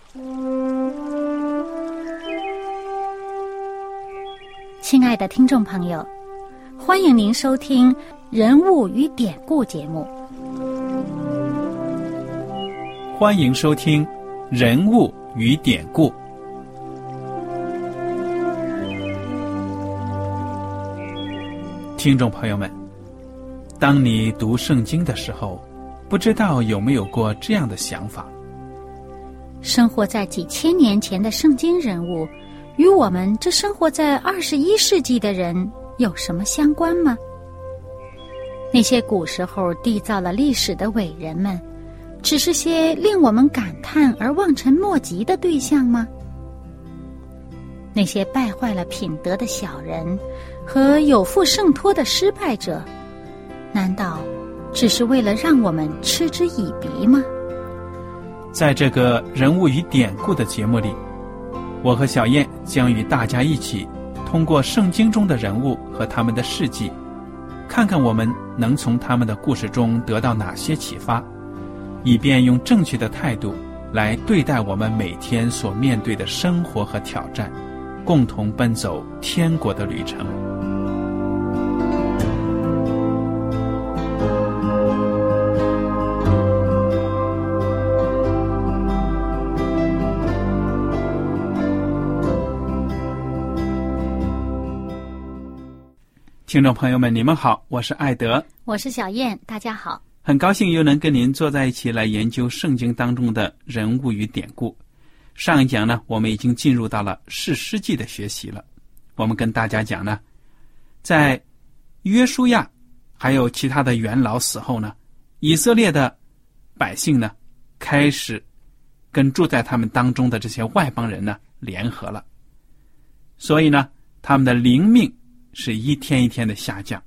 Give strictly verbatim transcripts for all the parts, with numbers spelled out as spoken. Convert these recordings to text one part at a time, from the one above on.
亲爱的听众朋友，欢迎您收听《人物与典故》节目。 欢迎收听《人物与典故》。听众朋友们，当你读圣经的时候，不知道有没有过这样的想法？ 生活在几千年前的圣经人物，与我们这生活在二十一世纪的人有什么相关吗？那些古时候缔造了历史的伟人们，只是些令我们感叹而望尘莫及的对象吗？那些败坏了品德的小人和有负圣托的失败者，难道只是为了让我们嗤之以鼻吗？ 在这个人物与典故的节目里，我和小燕将与大家一起通过圣经中的人物和他们的事迹，看看我们能从他们的故事中得到哪些启发，以便用正确的态度来对待我们每天所面对的生活和挑战，共同奔走天国的旅程。听众朋友们，你们好，我是艾德， 我是小燕，大家好。 很高兴又能跟您坐在一起来研究圣经当中的人物与典故。上一讲呢，我们已经进入到了士师记的学习了。我们跟大家讲呢，在约书亚还有其他的元老死后呢，以色列的百姓呢，开始跟住在他们当中的这些外邦人呢联合了，所以呢，他们的灵命是一天一天的下降。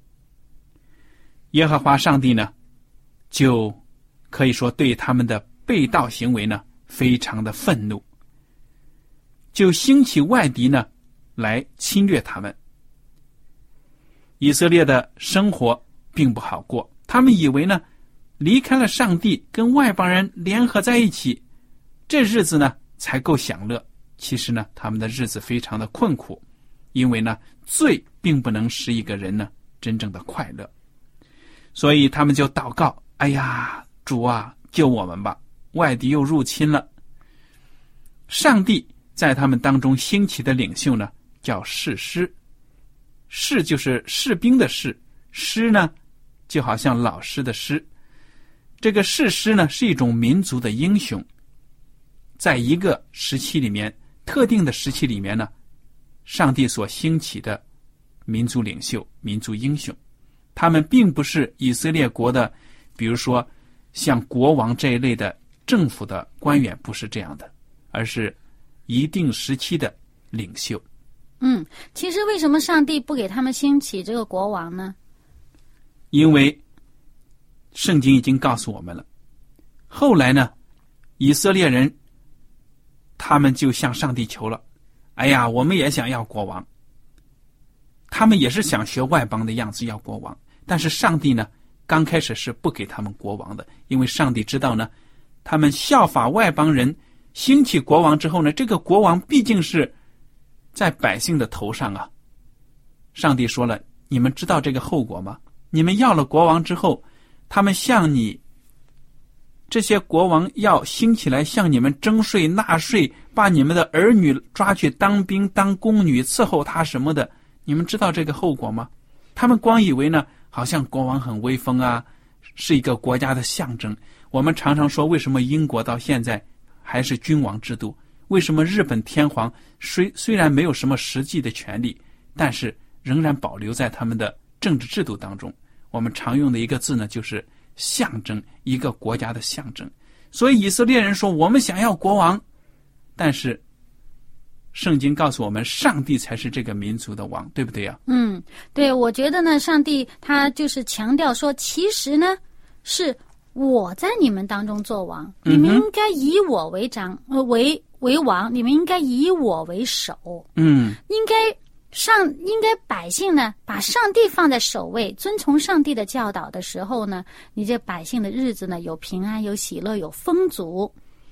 耶和华上帝呢，就可以说对他们的背道行为呢非常的愤怒，就兴起外敌呢来侵略他们。以色列的生活并不好过，他们以为呢离开了上帝，跟外邦人联合在一起，这日子呢才够享乐。其实呢，他们的日子非常的困苦，因为呢罪并不能使一个人呢真正的快乐。所以他们就祷告，哎呀，主啊，救我们吧，外敌又入侵了。上帝在他们当中兴起的领袖呢叫士师，士就是士兵的士，师呢就好像老师的师。这个士师呢是一种民族的英雄，在一个时期里面，特定的时期里面呢，上帝所兴起的民族领袖、民族英雄，他们并不是以色列国的，比如说像国王这一类的政府的官员，不是这样的，而是一定时期的领袖。 嗯，其实为什么上帝不给他们兴起这个国王呢？ 因为圣经已经告诉我们了，后来呢，以色列人他们就向上帝求了，哎呀，我们也想要国王。他们也是想学外邦的样子要国王，但是上帝呢刚开始是不给他们国王的，因为上帝知道呢，他们效法外邦人兴起国王之后呢，这个国王毕竟是在百姓的头上啊。上帝说了，你们知道这个后果吗？你们要了国王之后，他们向你这些国王要兴起来向你们征税纳税，把你们的儿女抓去当兵当宫女伺候他什么的，你们知道这个后果吗？他们光以为呢好像国王很威风啊，是一个国家的象征。我们常常说，为什么英国到现在还是君王制度？为什么日本天皇虽虽然没有什么实际的权利，但是仍然保留在他们的政治制度当中？我们常用的一个字呢，就是象征，一个国家的象征。所以以色列人说，我们想要国王，但是圣经告诉我们，上帝才是这个民族的王，对不对呀？ 嗯，对，我觉得呢，上帝他就是强调说，其实呢是我在你们当中做王，你们应该以我为长，呃，为为王，你们应该以我为首。 嗯， 应该上应该百姓呢把上帝放在首位，遵从上帝的教导的时候呢，你这百姓的日子呢有平安有喜乐有丰足。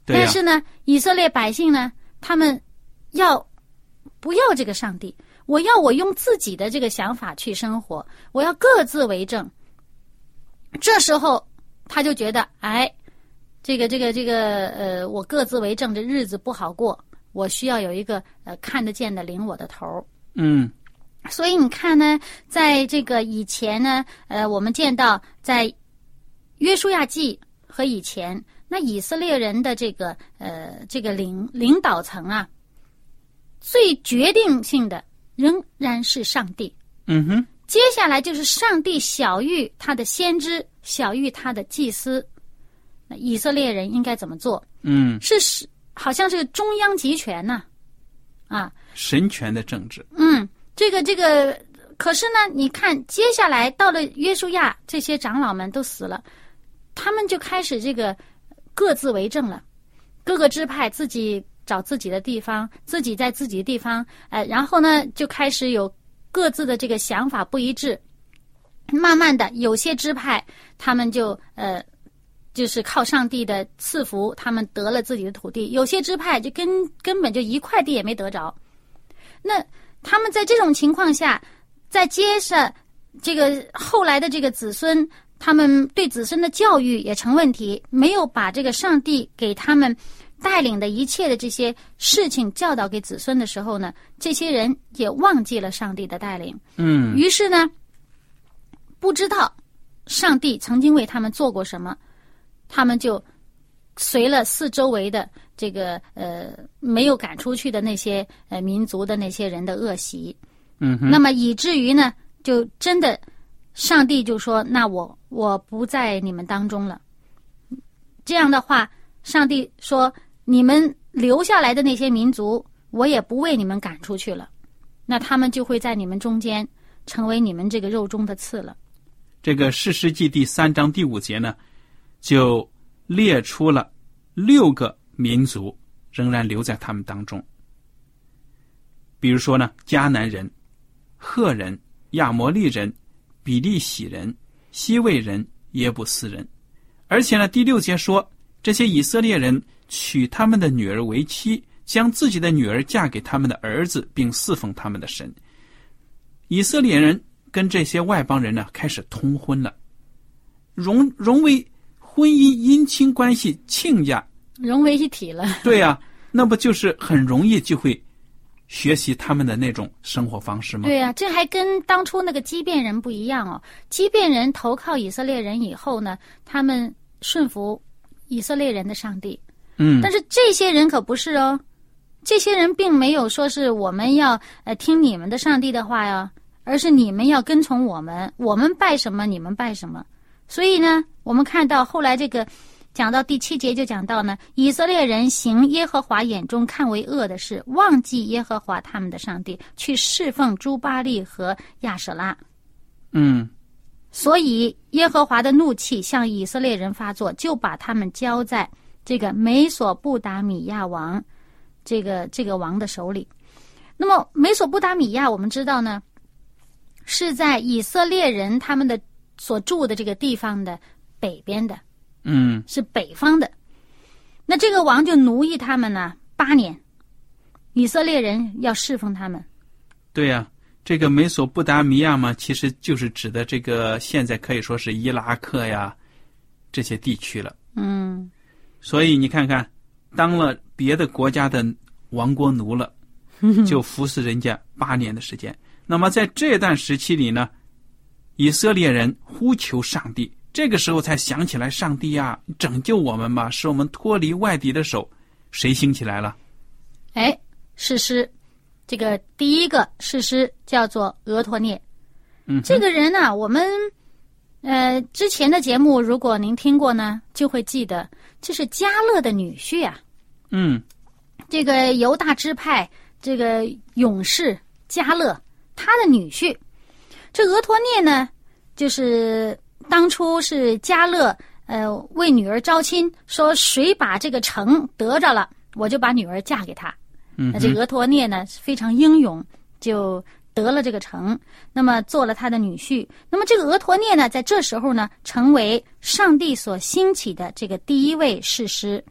对啊， 但是呢，以色列百姓呢，他们要不要这个上帝？我要我用自己的这个想法去生活，我要各自为政。这时候他就觉得，哎，这个这个这个呃，我各自为政，这日子不好过，我需要有一个呃看得见的领我的头。 嗯， 所以你看呢，在这个以前呢，呃，我们见到在约书亚记和以前，那以色列人的这个呃这个领领导层啊，最决定性的仍然是上帝。 嗯哼， 接下来就是上帝小谕他的先知，小谕他的祭司。那以色列人应该怎么做？ 嗯， 是是，好像是中央集权呐、啊，啊， 神权的政治。 嗯，这个这个，可是呢，你看接下来到了约书亚，这些长老们都死了，他们就开始这个各自为政了，各个支派自己找自己的地方，自己在自己的地方，呃，然后呢就开始有各自的这个想法不一致，慢慢的有些支派他们就呃就是靠上帝的赐福，他们得了自己的土地，有些支派就根根本就一块地也没得着。那他们在这种情况下，再接着这个后来的这个子孙，他们对子孙的教育也成问题，没有把这个上帝给他们带领的一切的这些事情教导给子孙的时候呢，这些人也忘记了上帝的带领。 嗯， 于是呢，不知道上帝曾经为他们做过什么，他们就随了四周围的这个呃没有赶出去的那些呃民族的那些人的恶习。 嗯哼， 那么以至于呢，就真的上帝就说，那我我不在你们当中了。这样的话，上帝说，你们留下来的那些民族，我也不为你们赶出去了，那他们就会在你们中间成为你们这个肉中的刺了。 这个士师记第三章第五节呢，就列出了六个民族仍然留在他们当中。比如说呢，迦南人、赫人、亚摩利人、比利洗人、西魏人、耶布斯人。而且呢，第六节说，这些以色列人娶他们的女儿为妻，将自己的女儿嫁给他们的儿子，并侍奉他们的神。以色列人跟这些外邦人呢，开始通婚了，融融为婚姻姻亲关系亲家， 融为一体了。 对呀、啊，那不就是很容易就会学习他们的那种生活方式吗？ 对呀、啊，这还跟当初那个畸变人不一样哦。畸变人投靠以色列人以后呢，他们顺服以色列人的上帝。 嗯， 但是这些人可不是哦，这些人并没有说是我们要呃听你们的上帝的话呀，而是你们要跟从我们，我们拜什么你们拜什么。所以呢，我们看到后来这个讲到第七节就讲到呢，以色列人行耶和华眼中看为恶的事，忘记耶和华他们的上帝，去侍奉诸巴力和亚舍拉。 嗯， 所以耶和华的怒气向以色列人发作，就把他们交在这个美索不达米亚王这个这个王的手里。那么美索不达米亚我们知道呢，是在以色列人他们的所住的这个地方的北边的， 嗯， 是北方的。那这个王就奴役他们呢八年，以色列人要侍奉他们。 对呀、啊，这个美索不达米亚嘛，其实就是指的这个现在可以说是伊拉克呀这些地区了。 嗯， 所以你看看，当了别的国家的亡国奴了，就服侍人家八年的时间。那么在这段时期里呢，以色列人呼求上帝，这个时候才想起来，上帝啊，拯救我们吧，使我们脱离外敌的手。谁兴起来了？ 哎，士师，这个第一个士师叫做俄托涅。 嗯， 这个人呢、啊，我们呃之前的节目如果您听过呢，就会记得这是迦勒的女婿啊。 嗯， 这个犹大支派这个勇士迦勒，他的女婿。这俄托涅呢，就是当初是迦勒呃为女儿招亲，说谁把这个城得着了，我就把女儿嫁给他。 嗯， 那这俄托涅呢非常英勇，就得了这个城，那么做了他的女婿。那么这个俄托涅呢，在这时候呢，成为上帝所兴起的这个第一位士师。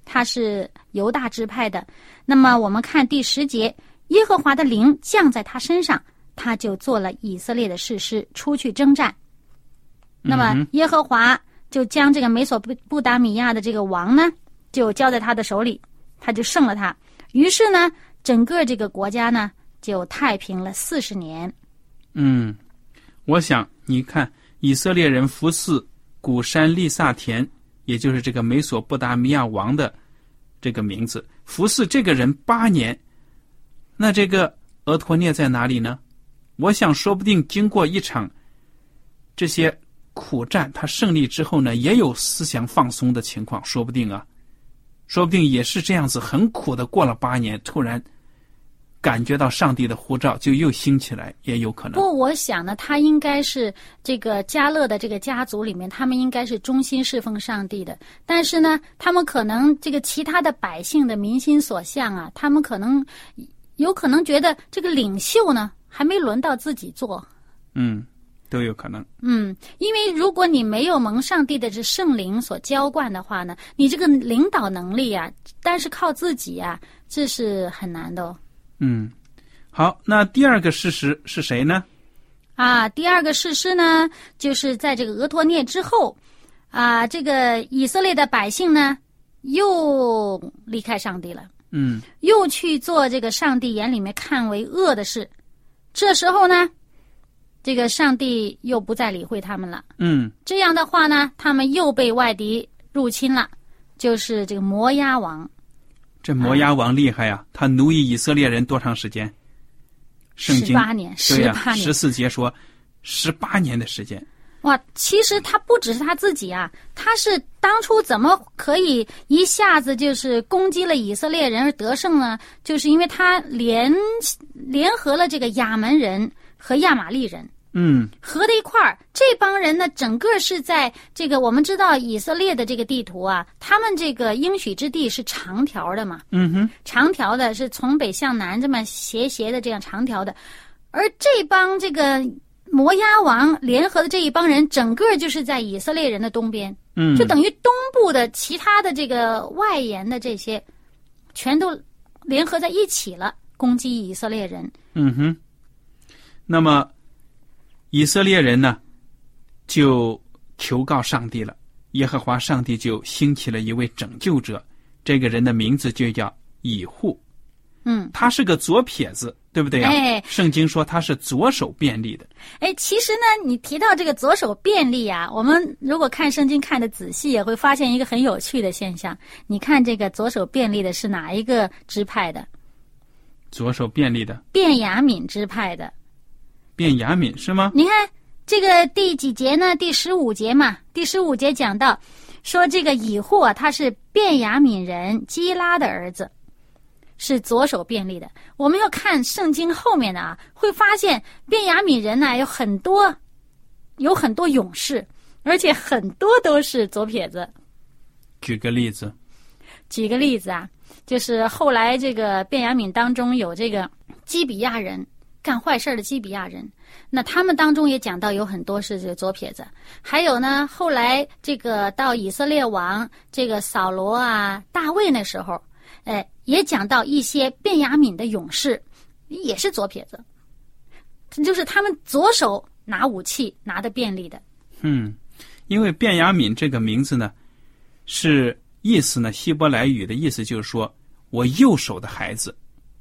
他是犹大支派的。那么我们看第十节，耶和华的灵降在他身上，他就做了以色列的士师，出去征战。那么耶和华就将这个美索不达米亚的这个王呢，就交在他的手里，他就胜了他。于是呢，整个这个国家呢就太平了四十年。 嗯，我想你看，以色列人服侍古山利萨田，也就是这个美索不达米亚王的这个名字，服侍这个人八年，那这个俄陀涅在哪里呢？我想说不定经过一场这些苦战，他胜利之后呢，也有思想放松的情况，说不定啊，说不定也是这样子，很苦的过了八年，突然感觉到上帝的呼召，就又兴起来，也有可能。 不，我想呢，他应该是这个迦勒的这个家族里面，他们应该是忠心侍奉上帝的。但是呢，他们可能这个其他的百姓的民心所向啊，他们可能有可能觉得这个领袖呢还没轮到自己做。 嗯，都有可能。 嗯，因为如果你没有蒙上帝的这圣灵所浇灌的话呢，你这个领导能力啊，但是靠自己啊，这是很难的哦。 嗯，好，那第二个事实是谁呢？ 啊，第二个事实呢，就是在这个俄陀涅之后，啊，这个以色列的百姓呢，又离开上帝了， 嗯， 又去做这个上帝眼里面看为恶的事。这时候呢，这个上帝又不再理会他们了。 嗯， 这样的话呢，他们又被外敌入侵了，就是这个摩押王。 这摩押王厉害呀、啊！他奴役以色列人多长时间？圣经十八年，十八年， 十四节说十八年的时间。 哇，其实他不只是他自己啊，他是当初怎么可以一下子就是攻击了以色列人而得胜呢？就是因为他联联合了这个亚门人和亚玛利人。 嗯， 合在一块儿，这帮人呢，整个是在这个我们知道以色列的这个地图啊，他们这个应许之地是长条的嘛， 嗯哼， 长条的是从北向南这么斜斜的这样长条的，而这帮这个摩押王联合的这一帮人，整个就是在以色列人的东边， 嗯， 就等于东部的其他的这个外沿的这些，全都联合在一起了，攻击以色列人。 嗯哼，那么。以色列人呢，就求告上帝了，耶和华上帝就兴起了一位拯救者，这个人的名字就叫以户。 嗯， 他是个左撇子，对不对啊？ 哎， 圣经说他是左手便利的。 哎，其实呢，你提到这个左手便利啊，我们如果看圣经看得仔细，也会发现一个很有趣的现象。你看这个左手便利的是哪一个支派的？ 左手便利的， 便雅悯支派的。 便雅悯是吗？ 你看这个第几节呢？第十五节嘛。第十五节讲到说这个以户啊，他是便雅悯人基拉的儿子，是左手便利的。我们要看圣经后面的啊，会发现便雅悯人呢、啊、有很多有很多勇士，而且很多都是左撇子。 举个例子。 举个例子啊，就是后来这个便雅悯当中有这个基比亚人。干坏事的基比亚人，那他们当中也讲到有很多是这个左撇子，还有呢，后来这个到以色列王这个扫罗啊、大卫那时候，哎，也讲到一些便雅悯的勇士也是左撇子，就是他们左手拿武器拿得便利的。 嗯，因为便雅悯这个名字呢，是意思呢，希伯来语的意思就是说我右手的孩子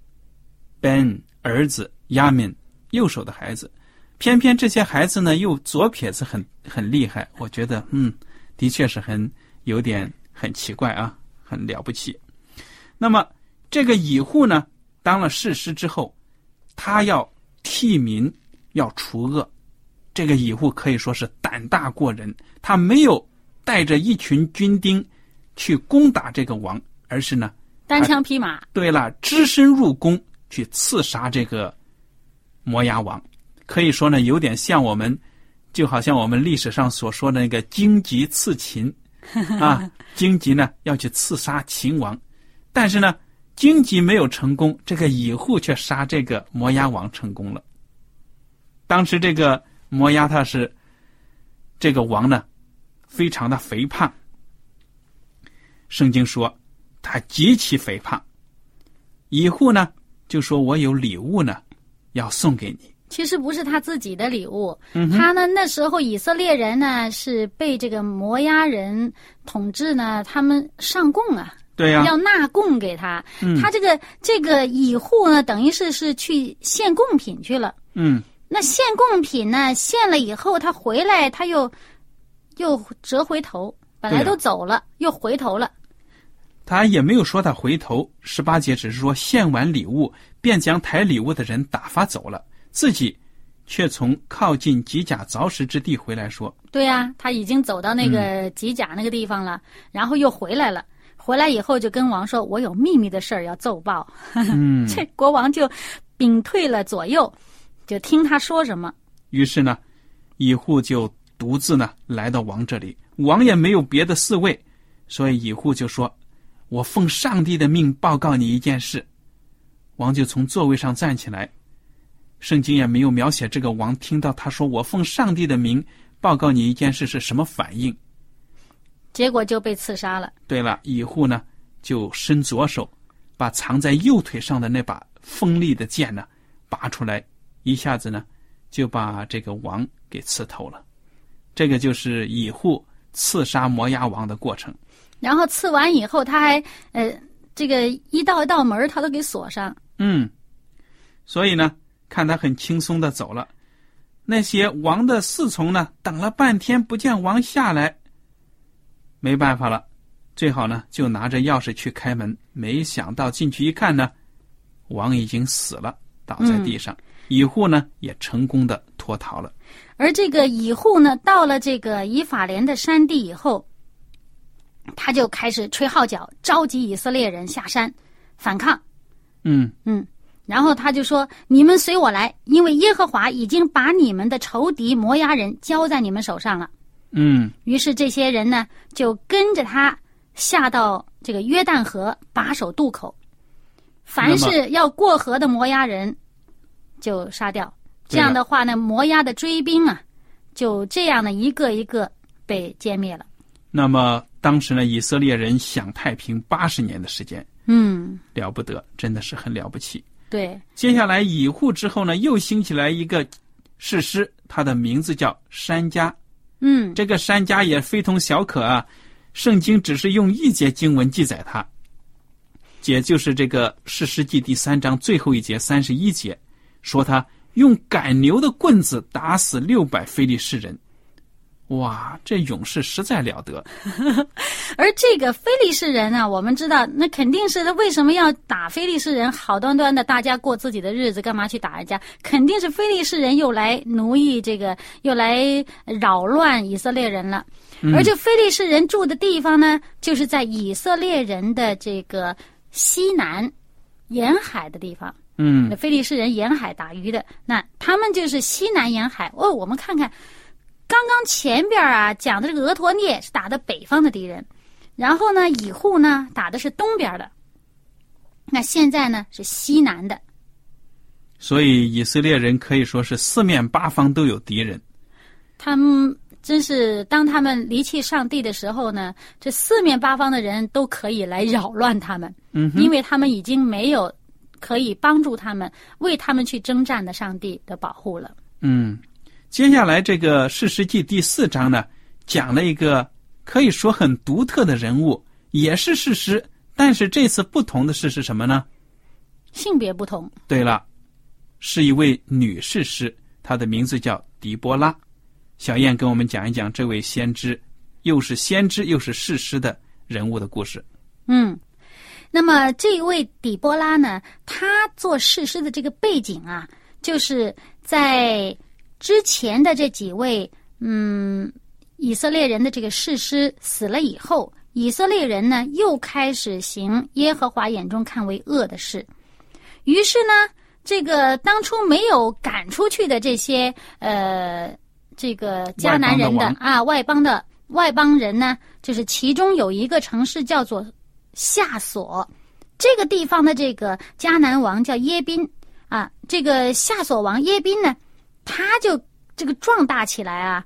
，Ben 儿子。亚敏右手的孩子，偏偏这些孩子呢又左撇子很很厉害，我觉得嗯，的确是很有点很奇怪啊，很了不起。那么这个以户呢，当了士师之后，他要替民，要除恶。这个以户可以说是胆大过人，他没有带着一群军丁去攻打这个王，而是呢单枪匹马。 对了，只身入宫去刺杀这个摩押王，可以说呢，有点像我们，就好像我们历史上所说的那个荆棘刺秦啊，荆棘呢要去刺杀秦王，但是呢，荆棘没有成功，这个以户却杀这个摩押王成功了。当时这个摩押他是这个王呢，非常的肥胖。圣经说， 他极其肥胖。以户呢就说，我有礼物呢要送给你。 其实不是他自己的礼物， 嗯、 他呢那时候以色列人呢是被这个摩押人统治呢，他们上贡啊， 对呀、啊， 要纳贡给他。 嗯、 他这个这个以户呢，等于是是去献贡品去了。 嗯， 那献贡品呢，献了以后，他回来他又又折回头，本来都走了，又回头了。 他也没有说他回头，十八节只是说献完礼物，便将抬礼物的人打发走了。自己却从靠近吉甲凿石之地回来说， 对啊，他已经走到那个吉甲那个地方了、嗯、然后又回来了。回来以后就跟王说，我有秘密的事儿要奏报。 嗯， 这国王就屏退了左右，就听他说什么。 于是呢，以户就独自呢来到王这里，王也没有别的侍卫，所以以户就说，我奉上帝的命报告你一件事。王就从座位上站起来，圣经也没有描写这个王听到他说我奉上帝的名报告你一件事是什么反应， 结果就被刺杀了。 对了，以户呢就伸左手把藏在右腿上的那把锋利的剑呢拔出来，一下子呢就把这个王给刺透了。这个就是以户刺杀摩押王的过程。 然后刺完以后他还呃这个一道一道门他都给锁上。 嗯，所以呢看他很轻松的走了。那些王的侍从呢等了半天不见王下来，没办法了，最好呢就拿着钥匙去开门。没想到进去一看呢，王已经死了，倒在地上。嗯、以户呢也成功的脱逃了。 而这个以户呢到了这个以法莲的山地以后，他就开始吹号角，召集以色列人下山反抗。 嗯嗯，然后他就说，你们随我来，因为耶和华已经把你们的仇敌摩押人交在你们手上了。 嗯， 于是这些人呢就跟着他下到这个约旦河，把守渡口，凡是要过河的摩押人就杀掉。这样的话呢，摩押的追兵啊就这样的一个一个被歼灭了。 那么当时呢，以色列人享太平八十年的时间， 嗯， 了不得，真的是很了不起。 对， 接下来以户之后呢，又兴起来一个士师，他的名字叫珊迦。 嗯， 这个珊迦也非同小可啊，圣经只是用一节经文记载他，也就是这个士师记第三章最后一节三十一节，说他用赶牛的棍子打死六百非利士人。哇，这勇士实在了得。 而这个非利士人啊，我们知道那肯定是他为什么要打非利士人，好端端的大家过自己的日子，干嘛去打人家？肯定是非利士人又来奴役这个，又来扰乱以色列人了。 嗯、 而这非利士人住的地方呢，就是在以色列人的这个西南沿海的地方。 嗯， 非利士人沿海打鱼的，那他们就是西南沿海。哦，我们看看刚刚前边啊讲的这个俄陀涅是打的北方的敌人，然后呢以户呢打的是东边的，那现在呢是西南的。 所以以色列人可以说是四面八方都有敌人。 他们真是当他们离弃上帝的时候呢，这四面八方的人都可以来扰乱他们。 嗯， 因为他们已经没有可以帮助他们为他们去征战的上帝的保护了。 嗯，接下来这个士师记第四章呢，讲了一个可以说很独特的人物，也是士师，但是这次不同的事是什么呢？ 性别不同。 对了，是一位女士师，她的名字叫狄波拉。小燕跟我们讲一讲这位先知，又是先知又是士师的人物的故事。 嗯，那么这位底波拉呢，他做士师的这个背景啊，就是在之前的这几位嗯以色列人的这个士师死了以后，以色列人呢又开始行耶和华眼中看为恶的事。于是呢，这个当初没有赶出去的这些呃这个迦南人的啊外邦的外邦人呢，就是其中有一个城市叫做夏所，这个地方的这个迦南王叫耶宾啊，这个夏所王耶宾呢，他就这个壮大起来啊，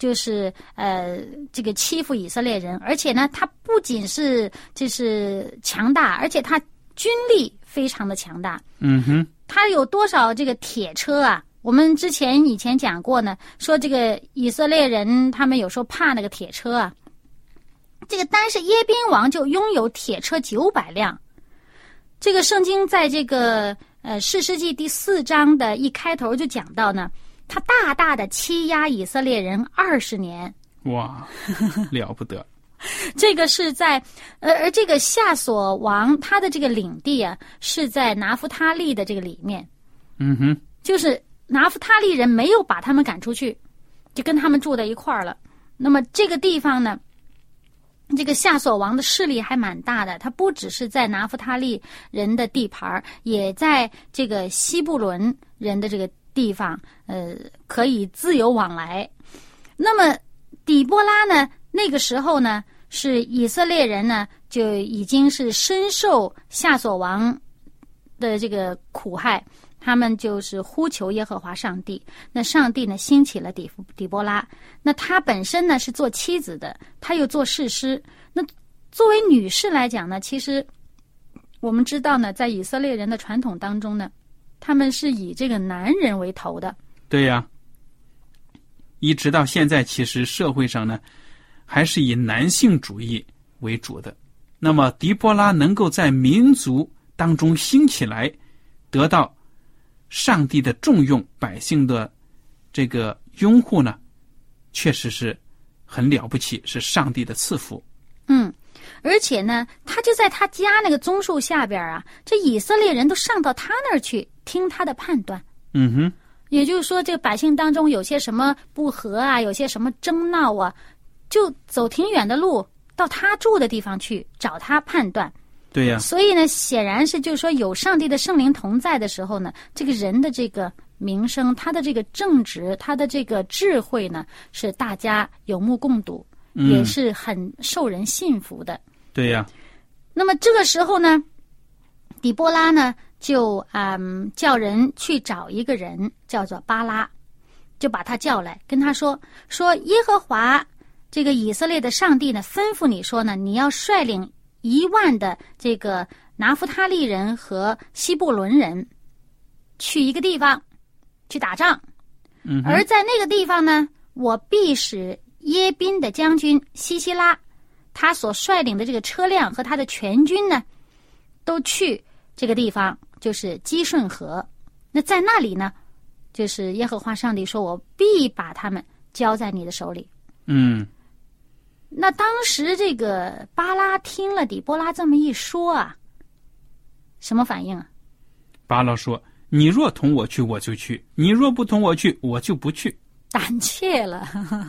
就是呃这个欺负以色列人，而且呢，他不仅是就是强大，而且他军力非常的强大。 嗯哼， 他有多少这个铁车啊？我们之前以前讲过呢，说这个以色列人他们有时候怕那个铁车啊。这个单是耶宾王就拥有铁车九百辆。这个圣经在这个呃士师记第四章的一开头就讲到呢，他大大的欺压以色列人二十年。 哇，了不得！ 这个是在呃而这个夏所王他的这个领地啊，是在拿弗他利的这个里面。 嗯哼， 就是拿弗他利人没有把他们赶出去，就跟他们住在一块儿了。那么这个地方呢，这个夏所王的势力还蛮大的，他不只是在拿弗他利人的地盘，也在这个西布伦人的这个地方，呃，可以自由往来。那么底波拉呢，那个时候呢，是以色列人呢就已经是深受夏所王的这个苦害。他们就是呼求耶和华上帝，那上帝呢兴起了底底波拉，那她本身呢是做妻子的，她又做士师。那作为女士来讲呢，其实我们知道呢，在以色列人的传统当中呢，他们是以这个男人为头的。 对呀，一直到现在，其实社会上呢还是以男性主义为主的。那么底波拉能够在民族当中兴起来，得到上帝的重用，百姓的这个拥护呢，确实是很了不起，是上帝的赐福。 嗯，而且呢，他就在他家那个棕树下边啊，这以色列人都上到他那儿去听他的判断。 嗯哼， 也就是说，这个百姓当中有些什么不和啊，有些什么争闹啊，就走挺远的路到他住的地方去找他判断。 对呀， 所以呢，显然是就是说，有上帝的圣灵同在的时候呢，这个人的这个名声，他的这个正直，他的这个智慧呢，是大家有目共睹， 嗯、 也是很受人信服的。 对呀。 那么这个时候呢，底波拉呢就嗯叫人去找一个人，叫做巴拉，就把他叫来，跟他说说耶和华这个以色列的上帝呢，吩咐你说呢，你要率领一万的这个拿弗他利人和西布伦人去一个地方去打仗。 嗯， 而在那个地方呢，我必使耶宾的将军西西拉，他所率领的这个车辆和他的全军呢，都去这个地方，就是基顺河。那在那里呢，就是耶和华上帝说，我必把他们交在你的手里。 嗯， 那当时这个巴拉听了底波拉这么一说啊，什么反应啊？ 巴拉说，你若同我去我就去，你若不同我去我就不去。 胆怯了。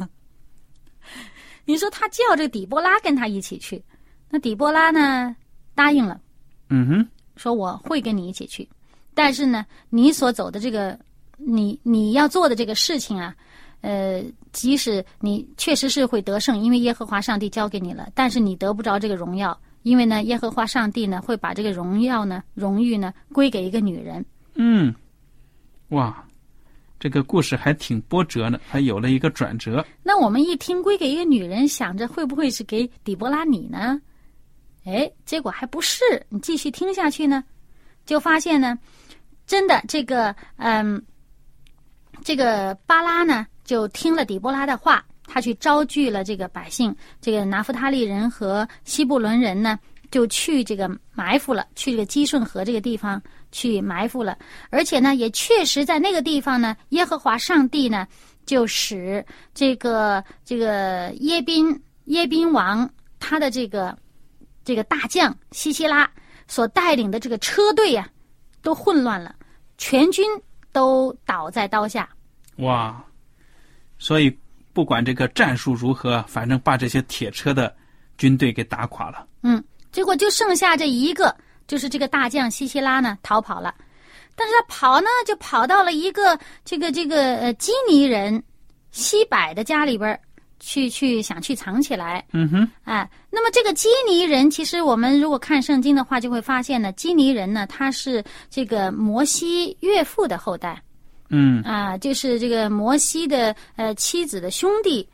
你说他叫这个底波拉跟他一起去，那底波拉呢答应了。 嗯哼， 说我会跟你一起去，但是呢，你所走的这个你你要做的这个事情啊，呃，即使你确实是会得胜，因为耶和华上帝交给你了，但是你得不着这个荣耀，因为呢，耶和华上帝呢会把这个荣耀呢、荣誉呢归给一个女人。 嗯，哇，这个故事还挺波折呢，还有了一个转折。 那我们一听归给一个女人，想着会不会是给底波拉你呢？哎，结果还不是。你继续听下去呢，就发现呢，真的这个嗯，这个巴拉呢就听了底波拉的话，他去招聚了这个百姓，这个拿弗他利人和西布伦人呢，就去这个埋伏了，去这个基顺河这个地方去埋伏了。而且呢，也确实在那个地方呢，耶和华上帝呢就使这个这个耶宾耶宾王他的这个这个大将西西拉所带领的这个车队啊，都混乱了，全军都倒在刀下。 哇，所以不管这个战术如何，反正把这些铁车的军队给打垮了。 嗯，结果就剩下这一个，就是这个大将西西拉呢逃跑了。但是他跑呢，就跑到了一个这个这个呃基尼人西柏的家里边去去想去藏起来。 嗯哼， 哎，那么这个基尼人，其实我们如果看圣经的话，就会发现呢，基尼人呢，他是这个摩西岳父的后代。 嗯啊，就是这个摩西的呃妻子的兄弟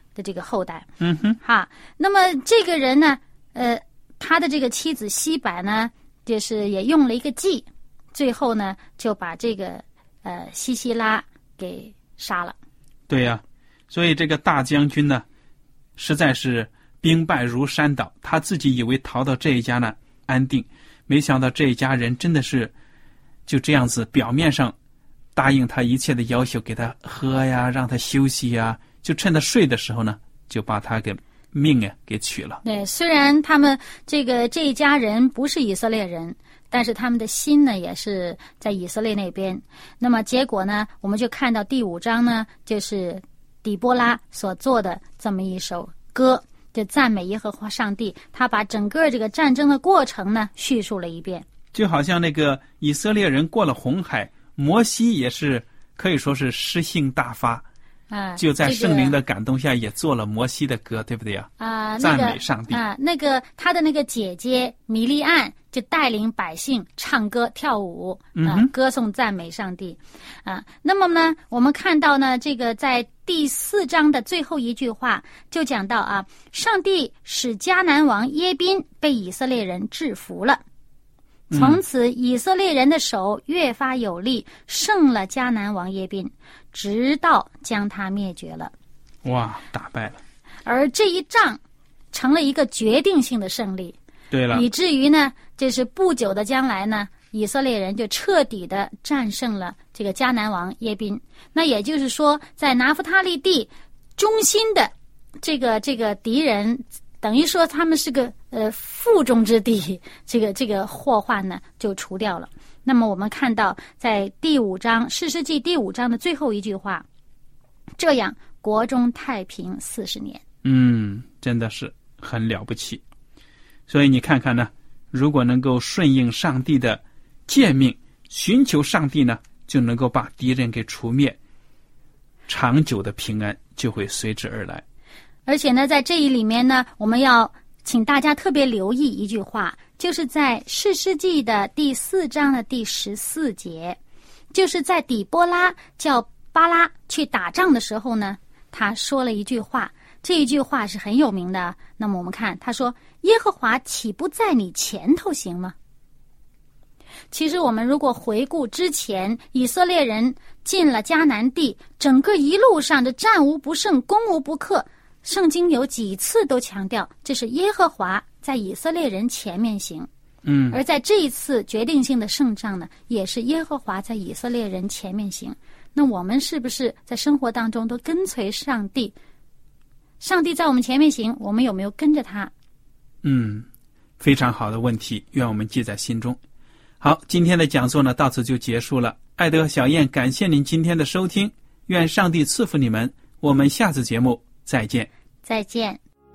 的这个后代。 嗯哼， 哈，那么这个人呢，呃，他的这个妻子西百呢，就是也用了一个计，最后呢就把这个呃西西拉给杀了。 对呀、啊，所以这个大将军呢，实在是兵败如山倒。他自己以为逃到这一家呢安定，没想到这一家人真的是就这样子，表面上答应他一切的要求，给他喝呀，让他休息呀，就趁他睡的时候呢，就把他给命啊给取了。 对，虽然他们这个这一家人不是以色列人，但是他们的心呢也是在以色列那边。那么结果呢，我们就看到第五章呢，就是底波拉所做的这么一首歌，就赞美耶和华上帝。他把整个这个战争的过程呢叙述了一遍， 就好像那个以色列人过了红海，摩西也是可以说是诗性大发。 啊， 就在圣灵的感动下，也做了摩西的歌，对不对呀？ 啊， 赞美上帝啊，那个他的那个姐姐米利暗就带领百姓唱歌跳舞，啊， 嗯、 歌颂赞美上帝，啊，那么呢，我们看到呢，这个在第四章的最后一句话就讲到啊，上帝使迦南王耶宾被以色列人制服了。从此以色列人的手越发有力，胜了迦南王耶宾，直到将他灭绝了。 哇，打败了。 而这一仗成了一个决定性的胜利。 对了， 以至于呢，这是不久的将来呢，以色列人就彻底的战胜了这个迦南王耶宾。那也就是说，在拿弗他利地中心的这个这个敌人，等于说他们是个呃腹中之地，这个这个祸患呢就除掉了。那么我们看到在第五章士师记第五章的最后一句话，这样国中太平四十年。 嗯，真的是很了不起。所以你看看呢，如果能够顺应上帝的诫命，寻求上帝呢，就能够把敌人给除灭，长久的平安就会随之而来。 而且呢，在这一里面呢，我们要请大家特别留意一句话，就是在士师记的第四章的第十四节，就是在底波拉叫巴拉去打仗的时候呢，他说了一句话，这一句话是很有名的。那么我们看，他说：“耶和华岂不在你前头行吗？”其实我们如果回顾之前，以色列人进了迦南地，整个一路上的战无不胜，攻无不克。圣经有几次都强调，这是耶和华在以色列人前面行。 嗯， 而在这一次决定性的胜仗呢，也是耶和华在以色列人前面行。那我们是不是在生活当中都跟随上帝？上帝在我们前面行，我们有没有跟着他？ 嗯，非常好的问题，愿我们记在心中。好，今天的讲座呢到此就结束了。艾德小燕感谢您今天的收听，愿上帝赐福你们，我们下次节目再见。 再见。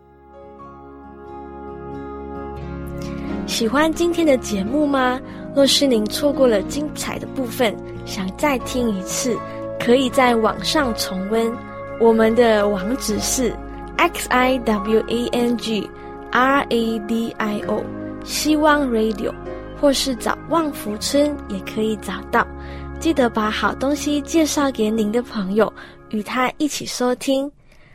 喜欢今天的节目吗？若是您错过了精彩的部分，想再听一次，可以在网上重温。我们的网址是 x i w a n g r a d i o 希望 radio， 或是找旺福村也可以找到。记得把好东西介绍给您的朋友，与他一起收听。